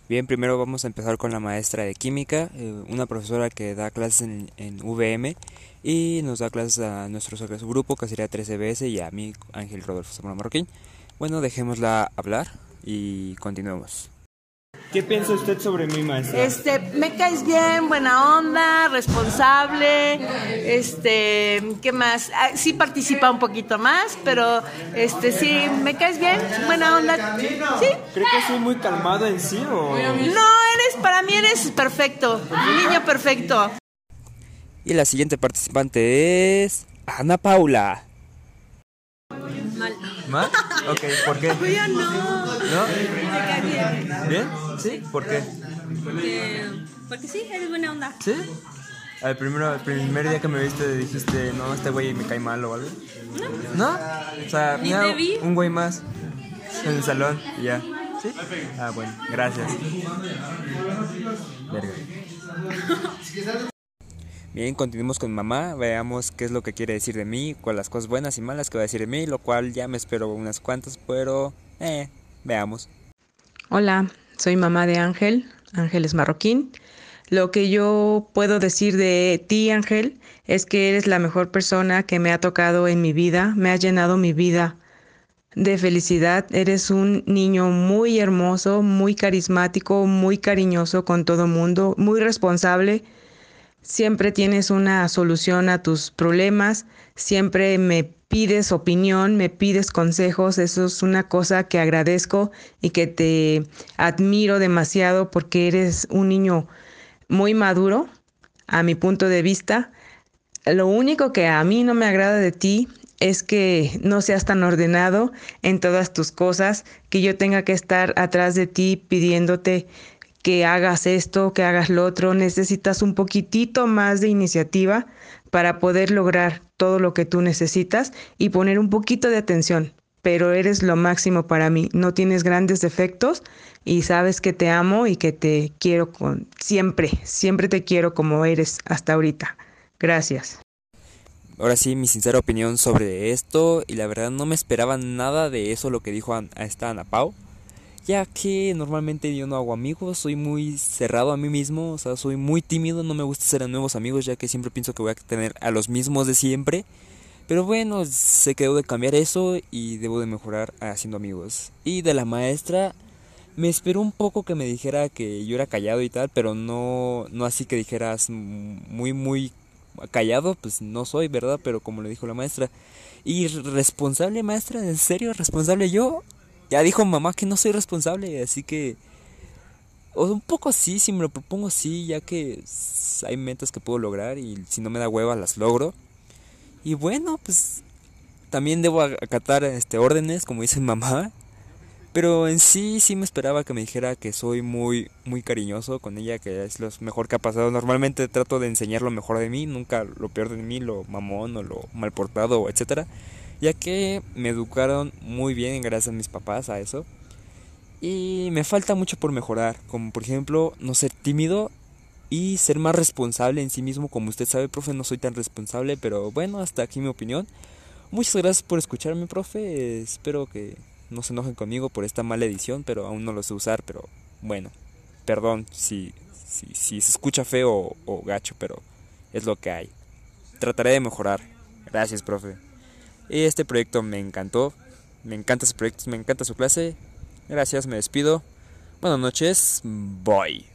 Bien, primero vamos a empezar con la maestra de química, una profesora que da clases en VM y nos da clases a nuestro grupo, que sería 13BS, y a mí, Ángel Rodolfo Zamora Marroquín. Bueno, dejémosla hablar y continuemos. ¿Qué piensa usted sobre mi maestra? Me caes bien, buena onda, responsable, ¿qué más? Sí participa un poquito más, pero sí, me caes bien, buena onda, sí. ¿Cree que soy muy calmado en sí o...? No, para mí eres perfecto, niño perfecto. Y la siguiente participante es Ana Paula. Mal. ¿Mal? Ok, ¿por qué? Yo no. ¿No? Me cae bien. ¿Bien? ¿Sí? ¿Por qué? Porque sí, eres buena onda. ¿Sí? El primer día que me viste dijiste, no, este güey me cae mal o algo. ¿No? O sea, Ni mira, te vi. un güey más en el salón y ya. ¿Sí? Ah, bueno, gracias. Verga. Bien, continuemos con mamá, veamos qué es lo que quiere decir de mí, cuáles las cosas buenas y malas que va a decir de mí, lo cual ya me espero unas cuantas, pero veamos. Hola, soy mamá de Ángel, Ángeles Marroquín. Lo que yo puedo decir de ti, Ángel, es que eres la mejor persona que me ha tocado en mi vida, me has llenado mi vida de felicidad. Eres un niño muy hermoso, muy carismático, muy cariñoso con todo mundo, muy responsable. Siempre tienes una solución a tus problemas, siempre me pides opinión, me pides consejos, eso es una cosa que agradezco y que te admiro demasiado porque eres un niño muy maduro, a mi punto de vista. Lo único que a mí no me agrada de ti es que no seas tan ordenado en todas tus cosas, que yo tenga que estar atrás de ti pidiéndote que hagas esto, que hagas lo otro. Necesitas un poquitito más de iniciativa para poder lograr todo lo que tú necesitas y poner un poquito de atención. Pero eres lo máximo para mí. No tienes grandes defectos y sabes que te amo y que te quiero siempre, siempre te quiero como eres hasta ahorita. Gracias. Ahora sí, mi sincera opinión sobre esto, y la verdad no me esperaba nada de eso lo que dijo a esta Ana Pau, ya que normalmente yo no hago amigos, soy muy cerrado a mí mismo, o sea, soy muy tímido, no me gusta hacer nuevos amigos, ya que siempre pienso que voy a tener a los mismos de siempre. Pero bueno, sé que debo de cambiar eso y debo de mejorar haciendo amigos. Y de la maestra, me esperó un poco que me dijera que yo era callado y tal, pero no así que dijeras muy callado, pues no soy, ¿verdad? Pero como le dijo la maestra. Y responsable, maestra, ¿en serio? ¿Responsable yo? Ya dijo mamá que no soy responsable, así que... O un poco sí, si me lo propongo sí, ya que hay metas que puedo lograr y si no me da hueva las logro. Y bueno, pues también debo acatar órdenes, como dice mamá. Pero en sí me esperaba que me dijera que soy muy cariñoso con ella, que es lo mejor que ha pasado. Normalmente trato de enseñar lo mejor de mí, nunca lo peor de mí, lo mamón o lo mal portado, etcétera, ya que me educaron muy bien gracias a mis papás a eso. Y me falta mucho por mejorar, como por ejemplo no ser tímido y ser más responsable en sí mismo. Como usted sabe, profe, no soy tan responsable, pero bueno, hasta aquí mi opinión. Muchas gracias por escucharme, profe. Espero que no se enojen conmigo por esta mala edición, pero aún no lo sé usar. Pero bueno, perdón si se escucha feo o gacho, pero es lo que hay. Trataré de mejorar. Gracias, profe. Este proyecto me encantó. Me encanta su proyecto, me encanta su clase. Gracias, me despido. Buenas noches. Bye.